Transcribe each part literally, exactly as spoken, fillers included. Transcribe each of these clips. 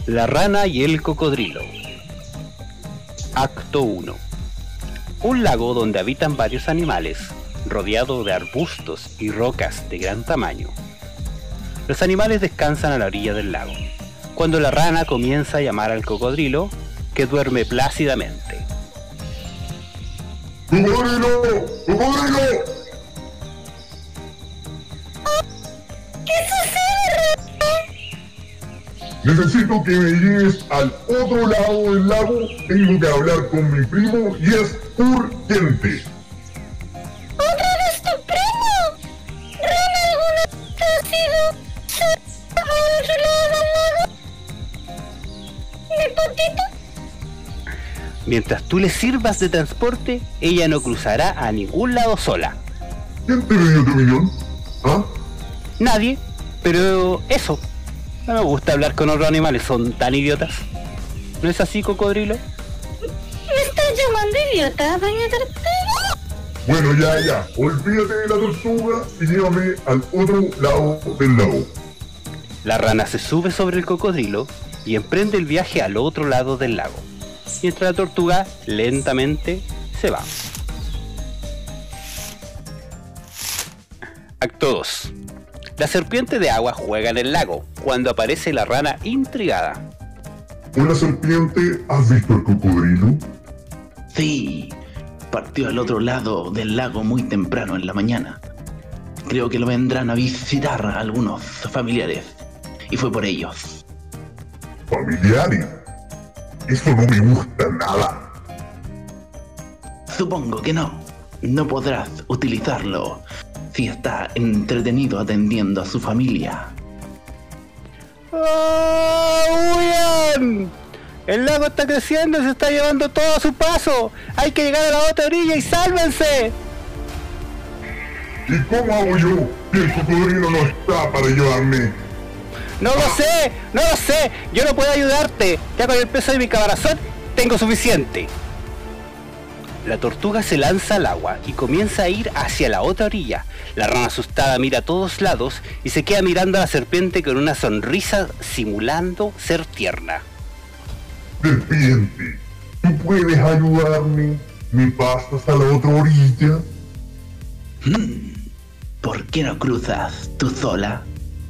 La rana y el cocodrilo. Acto uno. Un lago donde habitan varios animales, rodeado de arbustos y rocas de gran tamaño. Los animales descansan a la orilla del lago, cuando la rana comienza a llamar al cocodrilo, que duerme plácidamente. ¡Cocodrilo! ¡Cocodrilo! ¿Qué sucede? Necesito que me lleves al otro lado del lago. Tengo que hablar con mi primo y es urgente. ¿Otra vez tu primo? ¿Rana alguna vez ha sido al otro lado del lago? ¿Mi potito? Mientras tú le sirvas de transporte, ella no cruzará a ningún lado sola. ¿Quién te dio tu millón? ¿Ah? Nadie, pero eso. No me gusta hablar con otros animales, son tan idiotas. ¿No es así, cocodrilo? ¿Me estás llamando idiota, doña Tortuga? Bueno, ya, ya. Olvídate de la tortuga y llévame al otro lado del lago. La rana se sube sobre el cocodrilo y emprende el viaje al otro lado del lago, mientras la tortuga lentamente se va. Acto dos. La serpiente de agua juega en el lago, cuando aparece la rana intrigada. Hola, serpiente, ¿has visto el cocodrilo? Sí, partió al otro lado del lago muy temprano en la mañana. Creo que lo vendrán a visitar algunos familiares, y fue por ellos. ¿Familiares? Eso no me gusta nada. Supongo que no. No podrás utilizarlo si está entretenido atendiendo a su familia. ¡Oh, William! El lago está creciendo y se está llevando todo a su paso. Hay que llegar a la otra orilla y sálvense. ¿Y cómo hago yo si el cocodrilo no está para ayudarme? No lo sé, no lo sé. Yo no puedo ayudarte. Ya con el peso de mi caparazón tengo suficiente. La tortuga se lanza al agua y comienza a ir hacia la otra orilla. La rana asustada mira a todos lados y se queda mirando a la serpiente con una sonrisa simulando ser tierna. Serpiente, ¿tú puedes ayudarme? ¿Me pasas a la otra orilla? Hmm, ¿por qué no cruzas tú sola?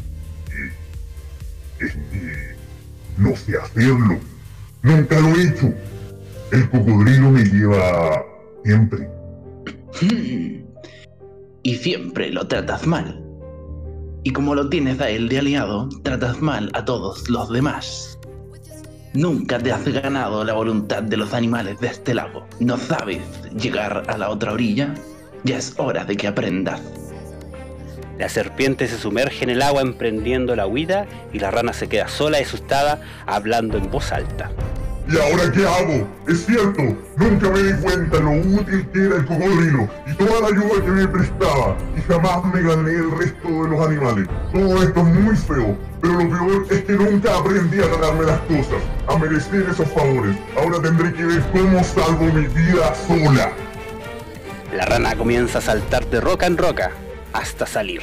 Es que no sé hacerlo. Nunca lo he hecho. El cocodrilo me lleva siempre. Hmm, y siempre lo tratas mal. Y como lo tienes a él de aliado, tratas mal a todos los demás. Nunca te has ganado la voluntad de los animales de este lago. ¿No sabes llegar a la otra orilla? Ya es hora de que aprendas. La serpiente se sumerge en el agua emprendiendo la huida y la rana se queda sola y asustada hablando en voz alta. ¿Y ahora qué hago? Es cierto, nunca me di cuenta lo útil que era el cocodrilo y toda la ayuda que me prestaba y jamás me gané el resto de los animales. Todo esto es muy feo, pero lo peor es que nunca aprendí a ganarme las cosas, a merecer esos favores. Ahora tendré que ver cómo salvo mi vida sola. La rana comienza a saltar de roca en roca hasta salir.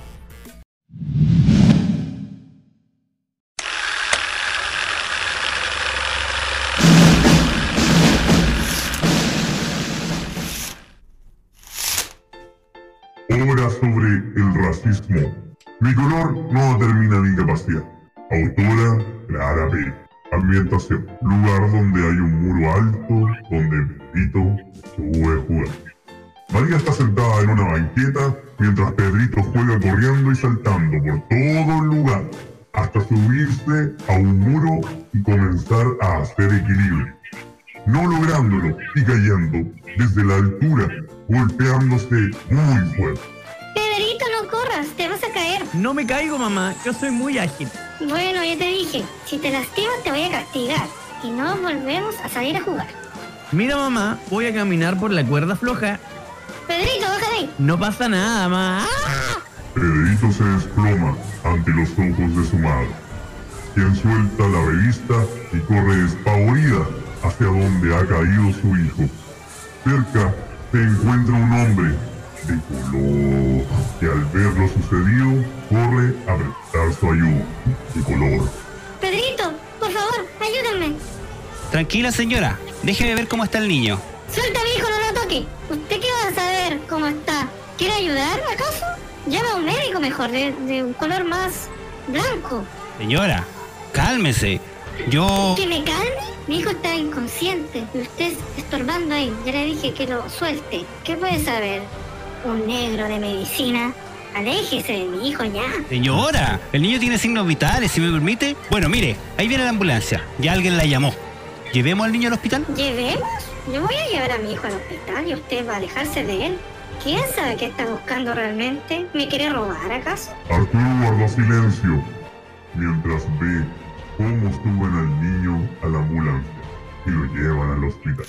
Obra sobre el racismo. Mi color no determina mi capacidad. Autora Clara P. Ambientación. Lugar donde hay un muro alto, donde Pedrito sube a jugar. María está sentada en una banqueta mientras Pedrito juega corriendo y saltando por todo el lugar hasta subirse a un muro y comenzar a hacer equilibrio, no lográndolo y cayendo desde la altura, golpeándose muy fuerte. Pedrito, no corras, te vas a caer. No me caigo, mamá, yo soy muy ágil. Bueno, ya te dije, si te lastimas te voy a castigar y no volvemos a salir a jugar. Mira, mamá, voy a caminar por la cuerda floja. Pedrito, baja de ahí. No pasa nada, mamá. Pedrito se desploma ante los ojos de su madre, quien suelta la revista y corre despavorida hacia donde ha caído su hijo. Cerca se encuentra un hombre de color que al ver lo sucedido corre a prestar su ayuda. De color. Pedrito, por favor, Tranquila, señora. Déjeme ver cómo está el niño. Suelta a mi hijo, no lo toque. ¿Usted qué va a saber cómo está? ¿Quiere ayudar, acaso? Llama a un médico mejor, de, de un color más blanco. Señora, cálmese. Yo... ¿Que me calme? Mi hijo está inconsciente y usted está estorbando ahí. Ya le dije que lo suelte. ¿Qué puede saber un negro de medicina? Aléjese de mi hijo ya. Señora, el niño tiene signos vitales, si me permite. Bueno, mire, ahí viene la ambulancia. Ya alguien la llamó. ¿Llevemos al niño al hospital? ¿Llevemos? Yo voy a llevar a mi hijo al hospital y usted va a alejarse de él. ¿Quién sabe qué está buscando realmente? ¿Me quiere robar acaso? Arturo guarda silencio mientras ve cómo suben al niño a la ambulancia y lo llevan al hospital.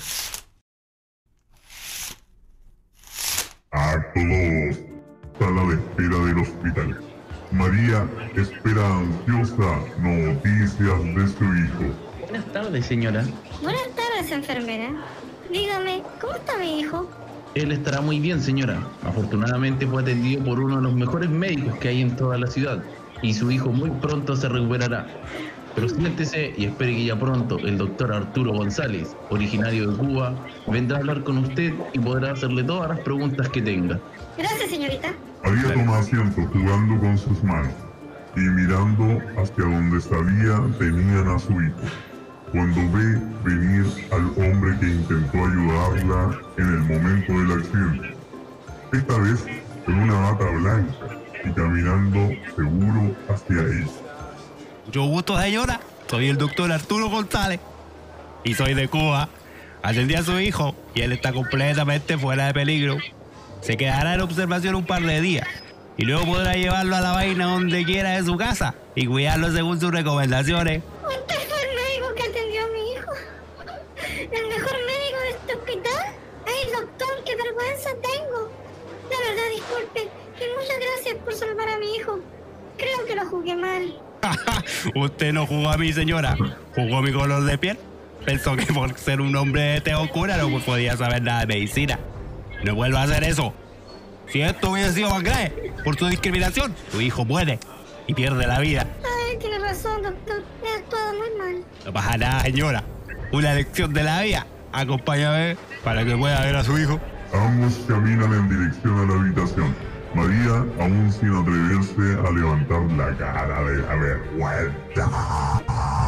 Acto dos. Sala de espera del hospital. María espera ansiosa noticias de su hijo. Buenas tardes, señora. Buenas tardes, enfermera. Dígame, ¿cómo está mi hijo? Él estará muy bien, señora. Afortunadamente fue atendido por uno de los mejores médicos que hay en toda la ciudad. Y su hijo muy pronto se recuperará. Pero siéntese y espere que ya pronto el doctor Arturo González, originario de Cuba, vendrá a hablar con usted y podrá hacerle todas las preguntas que tenga. Gracias, señorita. María toma asiento jugando con sus manos y mirando hacia donde sabía tenían a su hijo. Cuando ve venir al hombre que intentó ayudarla en el momento del accidente. Esta vez con una bata blanca y caminando seguro hacia ella. Mucho gusto, señora. Soy el doctor Arturo González. Y soy de Cuba. Atendí a su hijo y él está completamente fuera de peligro. Se quedará en observación un par de días. Y luego podrá llevarlo a la vaina donde quiera de su casa y cuidarlo según sus recomendaciones. ¿Usted fue el médico que atendió a mi hijo? ¿El mejor médico de este hospital? Ay, doctor, qué vergüenza tengo. La verdad, disculpe. Y muchas gracias por salvar a mi hijo. Creo que lo jugué mal. Usted no jugó a mí, señora. Jugó a mi color de piel. Pensó que por ser un hombre de tez oscura no podía saber nada de medicina. No vuelva a hacer eso. Si esto hubiera sido más grave por su discriminación, tu hijo muere y pierde la vida. Ay, tiene razón, doctor. He actuado muy mal. No pasa nada, señora. Una lección de la vida. Acompáñame para que pueda ver a su hijo. Ambos caminan en dirección a la habitación. María aún sin atreverse a levantar la cara de la vergüenza.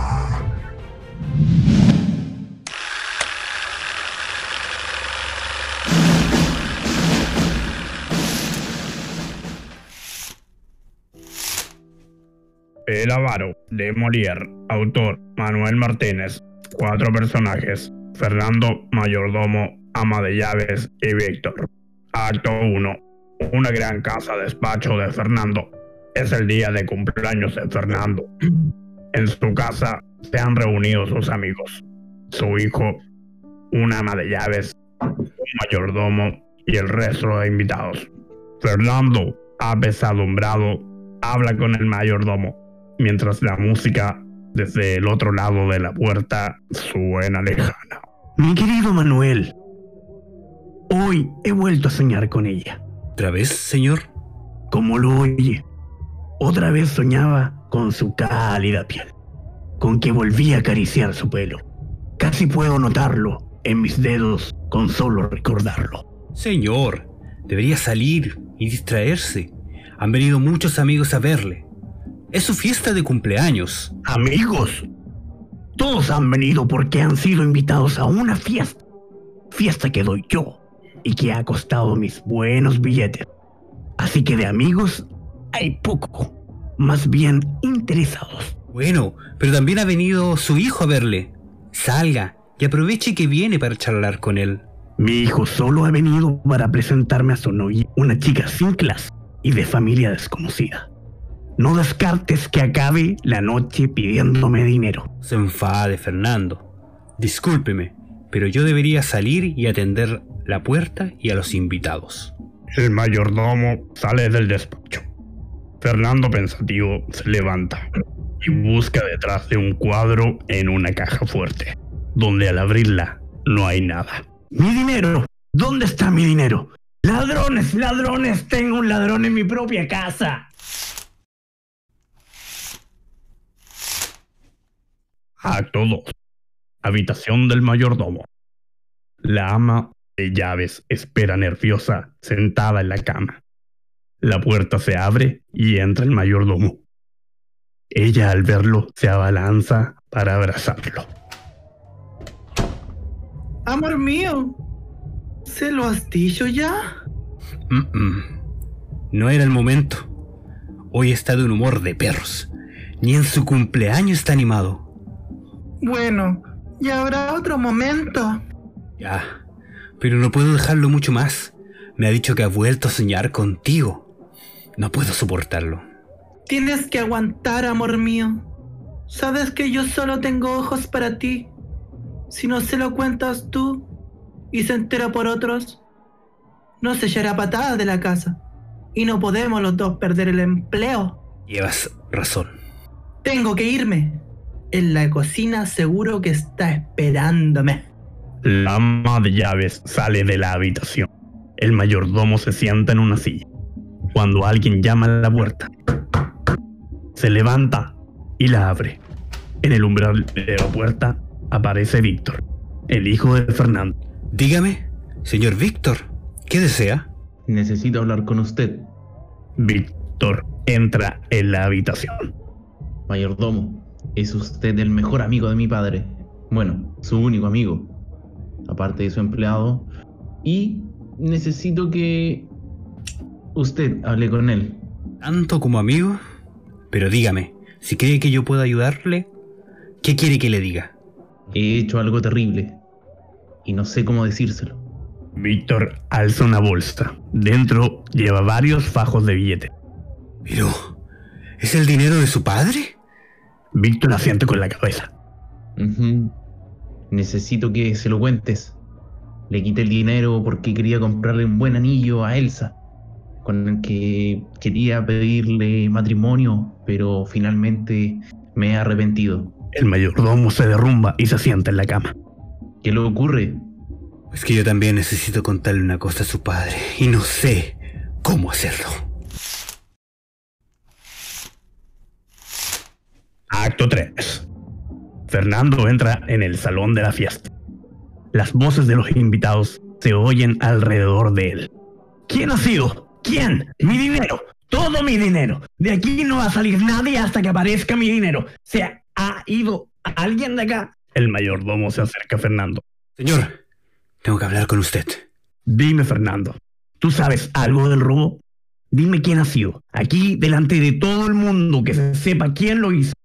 El avaro de Molière, autor Manuel Martínez. Cuatro personajes: Fernando, mayordomo, ama de llaves y Víctor. Acto uno. Una gran casa despacho de Fernando. Es el día de cumpleaños de Fernando. En su casa se han reunido sus amigos, su hijo, una ama de llaves, un mayordomo y el resto de invitados. Fernando, apesadumbrado, habla con el mayordomo, mientras la música desde el otro lado de la puerta suena lejana. Mi querido Manuel, hoy he vuelto a soñar con ella. ¿Otra vez, señor? Como lo oye, otra vez soñaba con su cálida piel, con que volvía a acariciar su pelo. Casi puedo notarlo en mis dedos con solo recordarlo. Señor, debería salir y distraerse. Han venido muchos amigos a verle. Es su fiesta de cumpleaños. ¿Amigos? Todos han venido porque han sido invitados a una fiesta. Fiesta que doy yo y que ha costado mis buenos billetes. Así que de amigos hay poco. Más bien interesados. Bueno, pero también ha venido su hijo a verle. Salga y aproveche que viene para charlar con él. Mi hijo solo ha venido para presentarme a su novia, una chica sin clase y de familia desconocida. No descartes que acabe la noche pidiéndome dinero. Se enfade, Fernando. Discúlpeme, pero yo debería salir y atender la puerta y a los invitados. El mayordomo sale del despacho. Fernando, pensativo, se levanta y busca detrás de un cuadro en una caja fuerte, donde al abrirla no hay nada. ¡Mi dinero! ¿Dónde está mi dinero? ¡Ladrones, ladrones! ¡Tengo un ladrón en mi propia casa! Acto dos. Habitación del mayordomo. La ama de llaves espera nerviosa, sentada en la cama. La puerta se abre y entra el mayordomo. Ella, al verlo, se abalanza para abrazarlo. Amor mío, ¿se lo has dicho ya? Mm-mm. No era el momento. Hoy está de un humor de perros. Ni en su cumpleaños está animado. Bueno, ya habrá otro momento. Ya, pero no puedo dejarlo mucho más. Me ha dicho que ha vuelto a soñar contigo. No puedo soportarlo. Tienes que aguantar, amor mío. Sabes que yo solo tengo ojos para ti. Si no se lo cuentas tú y se entera por otros, nos echará patadas de la casa. Y no podemos los dos perder el empleo. Llevas razón. Tengo que irme. En la cocina seguro que está esperándome. La ama de llaves sale de la habitación. El mayordomo se sienta en una silla. Cuando alguien llama a la puerta, se levanta y la abre. En el umbral de la puerta aparece Víctor, el hijo de Fernando. Dígame, señor Víctor, ¿qué desea? Necesito hablar con usted. Víctor entra en la habitación. Mayordomo, es usted el mejor amigo de mi padre. Bueno, su único amigo, aparte de su empleado. Y necesito que usted hable con él. ¿Tanto como amigo? Pero dígame, si cree que yo puedo ayudarle, ¿qué quiere que le diga? He hecho algo terrible y no sé cómo decírselo. Víctor alza una bolsa. Dentro lleva varios fajos de billetes. ¿Pero es el dinero de su padre? Víctor asiente con la cabeza. Uh-huh. Necesito que se lo cuentes. Le quité el dinero porque quería comprarle un buen anillo a Elsa, con el que quería pedirle matrimonio, pero finalmente me he arrepentido. El mayordomo se derrumba y se sienta en la cama. ¿Qué le ocurre? Es que yo también necesito contarle una cosa a su padre y no sé cómo hacerlo. Acto tres. Fernando entra en el salón de la fiesta. Las voces de los invitados se oyen alrededor de él. ¿Quién ha sido? ¿Quién? Mi dinero. Todo mi dinero. De aquí no va a salir nadie hasta que aparezca mi dinero. ¿Se ha ido alguien de acá? El mayordomo se acerca a Fernando. Señor, tengo que hablar con usted. Dime, Fernando, ¿tú sabes algo del robo? Dime quién ha sido. Aquí, delante de todo el mundo, que se sepa quién lo hizo.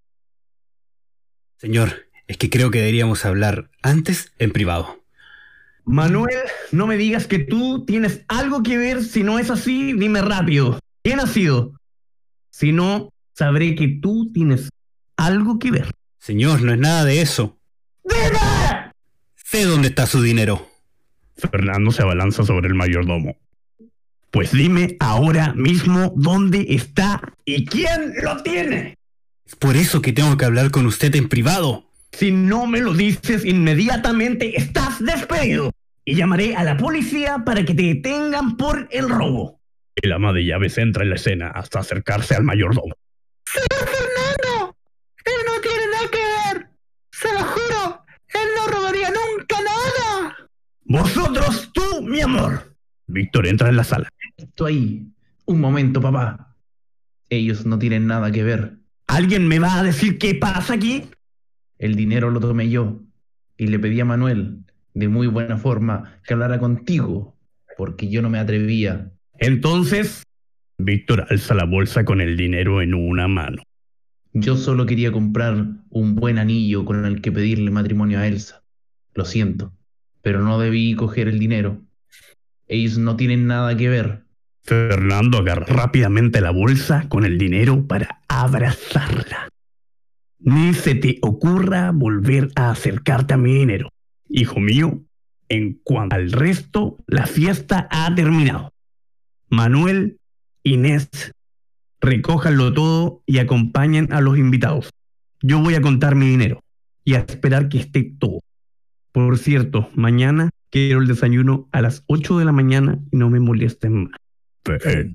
Señor, es que creo que deberíamos hablar antes en privado. Manuel, no me digas que tú tienes algo que ver. Si no es así, dime rápido. ¿Quién ha sido? Si no, sabré que tú tienes algo que ver. Señor, no es nada de eso. ¡Dime! Sé dónde está su dinero. Fernando se abalanza sobre el mayordomo. Pues dime ahora mismo dónde está y quién lo tiene. Es por eso que tengo que hablar con usted en privado. Si no me lo dices inmediatamente, estás despedido. Y llamaré a la policía para que te detengan por el robo. El ama de llaves entra en la escena hasta acercarse al mayordomo. ¡Señor Fernando! ¡Él no tiene nada que ver! ¡Se lo juro! ¡Él no robaría nunca nada! Vosotros, tú, mi amor. Víctor entra en la sala. Estoy ahí. Un momento, papá. Ellos no tienen nada que ver. ¿Alguien me va a decir qué pasa aquí? El dinero lo tomé yo y le pedí a Manuel, de muy buena forma, que hablara contigo, porque yo no me atrevía. Entonces, Víctor alza la bolsa con el dinero en una mano. Yo solo quería comprar un buen anillo con el que pedirle matrimonio a Elsa. Lo siento, pero no debí coger el dinero. Ellos no tienen nada que ver. Fernando agarra rápidamente la bolsa con el dinero para abrazarla. Ni se te ocurra volver a acercarte a mi dinero. Hijo mío, En cuanto al resto, la fiesta ha terminado. Manuel, Inés, recójanlo todo y acompañen a los invitados. Yo voy a contar mi dinero y a esperar que esté todo. Por cierto, mañana quiero el desayuno a las ocho de la mañana y no me molesten más. ven.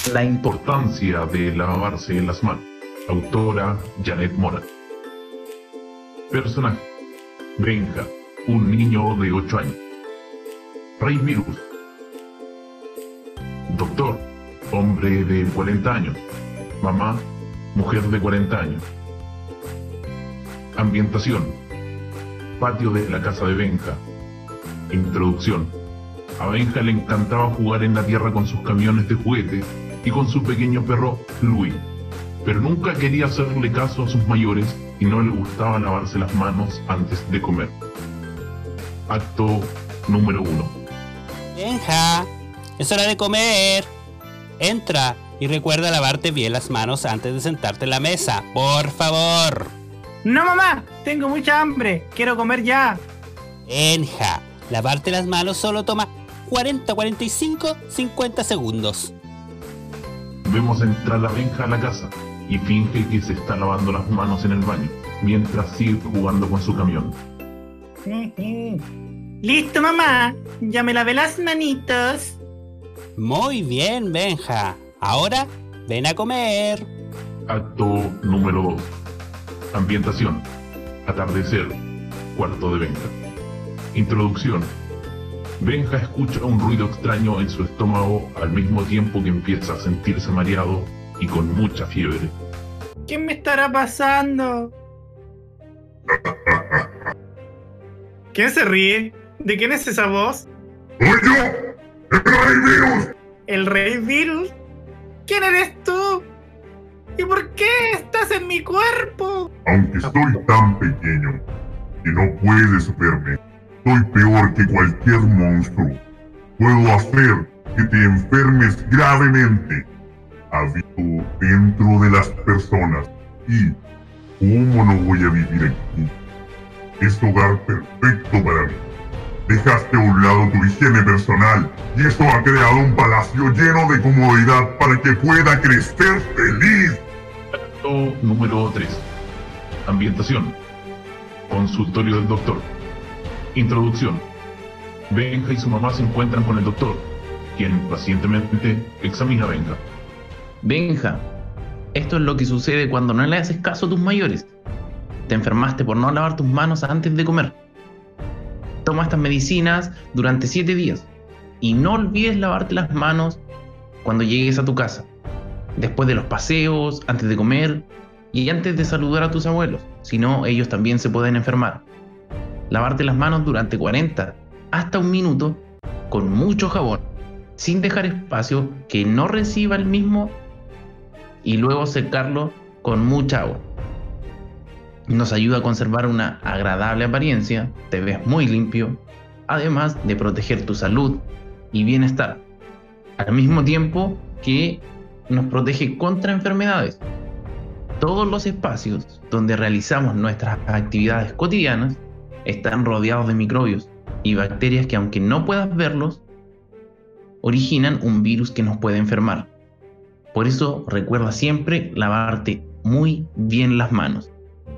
La importancia de lavarse las manos. Autora Janet Moran. Personaje: Benja, un niño de ocho años. Rey Virus. Doctor, hombre de cuarenta años. Mamá, mujer de cuarenta años. Ambientación: patio de la casa de Benja. Introducción: a Benja le encantaba jugar en la tierra con sus camiones de juguetes y con su pequeño perro Louis, pero nunca quería hacerle caso a sus mayores y no le gustaba lavarse las manos antes de comer. Acto número uno. Benja, es hora de comer. Entra y recuerda lavarte bien las manos antes de sentarte en la mesa, por favor. No, mamá, tengo mucha hambre, quiero comer ya. Benja, lavarte las manos solo toma cuarenta, cuarenta y cinco, cincuenta segundos. Vemos entrar a Benja a la casa y finge que se está lavando las manos en el baño, mientras sigue jugando con su camión. Listo, mamá, ya me lavé las manitos. Muy bien, Benja. Ahora, ven a comer. Acto número dos. Ambientación: atardecer, cuarto de Benja. Introducción: Benja escucha un ruido extraño en su estómago al mismo tiempo que empieza a sentirse mareado y con mucha fiebre. ¿Qué me estará pasando? ¿Quién se ríe? ¿De quién es esa voz? ¡Soy yo! ¡El Rey Virus! ¿El Rey Virus? ¿Quién eres tú? ¿Y por qué estás en mi cuerpo? Aunque soy tan pequeño que no puedes verme, soy peor que cualquier monstruo. Puedo hacer que te enfermes gravemente. Habito dentro de las personas. ¿Y cómo no voy a vivir aquí? Es hogar perfecto para mí. Dejaste a un lado tu higiene personal y esto ha creado un palacio lleno de comodidad para que pueda crecer feliz. Acto número tres. Ambientación: consultorio del doctor. Introducción: Benja y su mamá se encuentran con el doctor, quien pacientemente examina a Benja. Benja, esto es lo que sucede cuando no le haces caso a tus mayores. Te enfermaste por no lavar tus manos antes de comer. Toma estas medicinas durante siete días y no olvides lavarte las manos cuando llegues a tu casa, después de los paseos, antes de comer y antes de saludar a tus abuelos, si no ellos también se pueden enfermar. Lavarte las manos durante cuarenta hasta un minuto con mucho jabón, sin dejar espacio que no reciba el mismo, y luego secarlo con mucha agua. Nos ayuda a conservar una agradable apariencia, te ves muy limpio, además de proteger tu salud y bienestar, al mismo tiempo que nos protege contra enfermedades. Todos los espacios donde realizamos nuestras actividades cotidianas están rodeados de microbios y bacterias que, aunque no puedas verlos, originan un virus que nos puede enfermar. Por eso recuerda siempre lavarte muy bien las manos.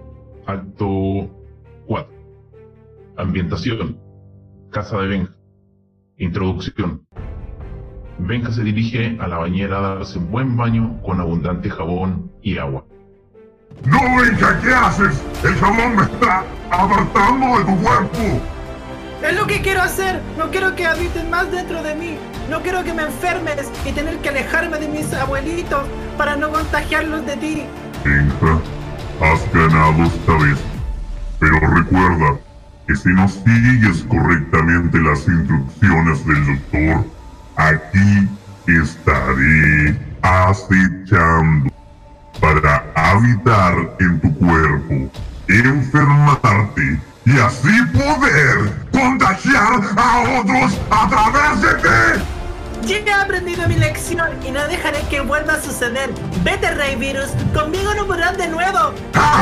Acto cuatro. Ambientación: casa de Benja. Introducción: Benja se dirige a la bañera a darse un buen baño con abundante jabón y agua. ¡No, Benja! ¿Qué haces? ¡El jabón me está apartando de tu cuerpo! Es lo que quiero hacer. No quiero que habiten más dentro de mí. No quiero que me enfermes y tener que alejarme de mis abuelitos para no contagiarlos de ti. Benja, has ganado esta vez. Pero recuerda que si no sigues correctamente las instrucciones del doctor, aquí estaré acechando para habitar en tu cuerpo, enfermarte y así poder contagiar a otros a través de ti. Ya he aprendido mi lección y no dejaré que vuelva a suceder. Vete, Rey Virus, conmigo no podrás de nuevo.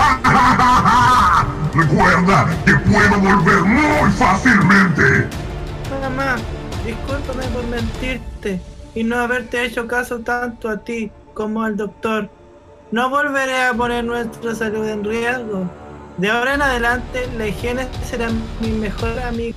Recuerda que puedo volver muy fácilmente. Mamá, discúlpame por mentirte y no haberte hecho caso tanto a ti como al doctor. No volveré a poner nuestra salud en riesgo. De ahora en adelante, la higiene será mi mejor amigo.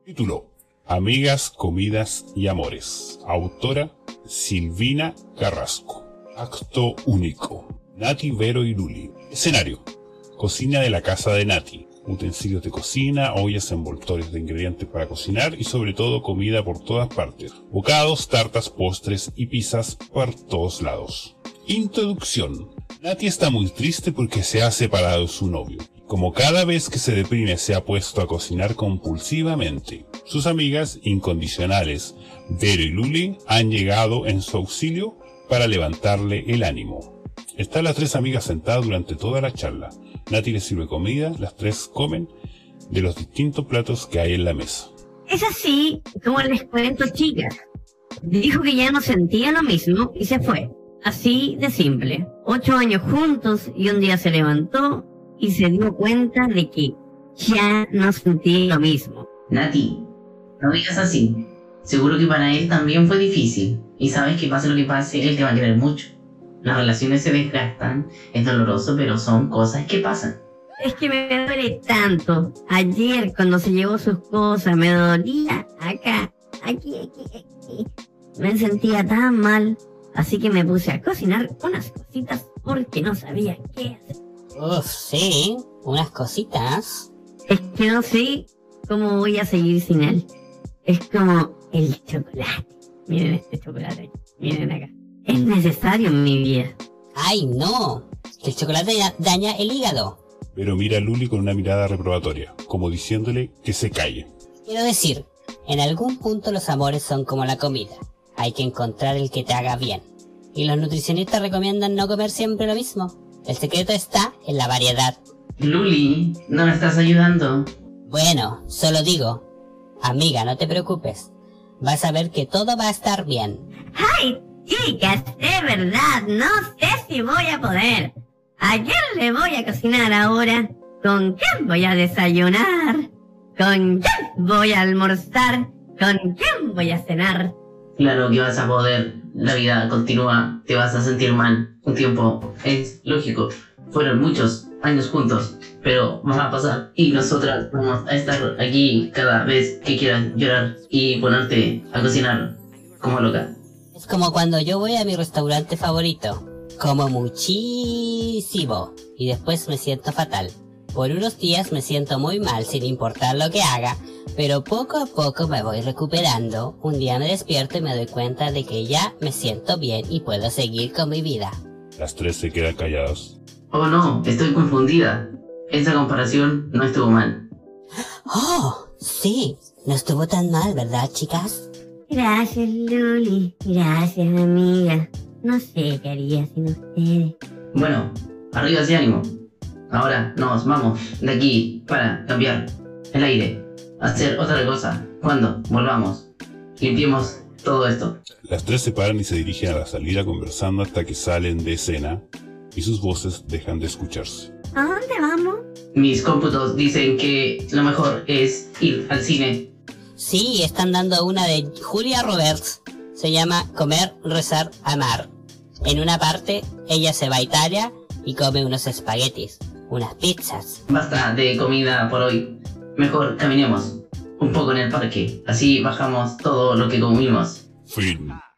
Título: Amigas, comidas y amores. Autora: Silvina Carrasco. Acto único: Nati, Vero y Luli. Escenario: cocina de la casa de Nati. Utensilios de cocina, ollas, envoltorios de ingredientes para cocinar y sobre todo comida por todas partes. Bocados, tartas, postres y pizzas por todos lados. Introducción: Nati está muy triste porque se ha separado de su novio. Como cada vez que se deprime se ha puesto a cocinar compulsivamente. Sus amigas incondicionales, Vero y Luli, han llegado en su auxilio para levantarle el ánimo. Están las tres amigas sentadas durante toda la charla. Nati les sirve comida, las tres comen de los distintos platos que hay en la mesa. Es así como les cuento, chicas. Dijo que ya no sentía lo mismo y se fue. Así de simple. Ocho años juntos y un día se levantó y se dio cuenta de que ya no sentía lo mismo. Nati, no digas así. Seguro que para él también fue difícil. Y sabes que pase lo que pase, él te va a querer mucho. Las relaciones se desgastan, es doloroso, pero son cosas que pasan. Es que me duele tanto. Ayer cuando se llevó sus cosas me dolía acá, aquí, aquí, aquí. Me sentía tan mal, así que me puse a cocinar unas cositas porque no sabía qué hacer. Uf, sí, unas cositas. Es que no sé cómo voy a seguir sin él. Es como el chocolate. Miren este chocolate, miren acá. Es necesario en mi vida. ¡Ay, no! Que el chocolate daña el hígado. Pero mira a Luli con una mirada reprobatoria, como diciéndole que se calle. Quiero decir, en algún punto los amores son como la comida. Hay que encontrar el que te haga bien. Y los nutricionistas recomiendan no comer siempre lo mismo. El secreto está en la variedad. Luli, no me estás ayudando. Bueno, solo digo, amiga, no te preocupes. Vas a ver que todo va a estar bien. ¡Ay! Chicas, de verdad, no sé si voy a poder. ¿A quién le voy a cocinar ahora? ¿Con quién voy a desayunar? ¿Con quién voy a almorzar? ¿Con quién voy a cenar? Claro que vas a poder. La vida continúa. Te vas a sentir mal un tiempo. Es lógico. Fueron muchos años juntos, pero va a pasar. Y nosotras vamos a estar aquí cada vez que quieras llorar y ponerte a cocinar como loca. Es como cuando yo voy a mi restaurante favorito. Como muchísimo. Y después me siento fatal. Por unos días me siento muy mal sin importar lo que haga. Pero poco a poco me voy recuperando. Un día me despierto y me doy cuenta de que ya me siento bien y puedo seguir con mi vida. Las tres se quedan calladas. Oh no, estoy confundida. Esa comparación no estuvo mal. Oh, sí. No estuvo tan mal, ¿verdad, chicas? Gracias, Luli. Gracias, amiga. No sé qué haría sin ustedes. Bueno, arriba ese ánimo. Ahora nos vamos de aquí para cambiar el aire, hacer otra cosa. Cuando volvamos, limpiemos todo esto. Las tres se paran y se dirigen a la salida conversando hasta que salen de escena y sus voces dejan de escucharse. ¿A dónde vamos? Mis cómputos dicen que lo mejor es ir al cine. Sí, están dando una de Julia Roberts. Se llama Comer, Rezar, Amar. En una parte, ella se va a Italia y come unos espaguetis, unas pizzas. Basta de comida por hoy. Mejor caminemos un poco en el parque. Así bajamos todo lo que comimos. Fin.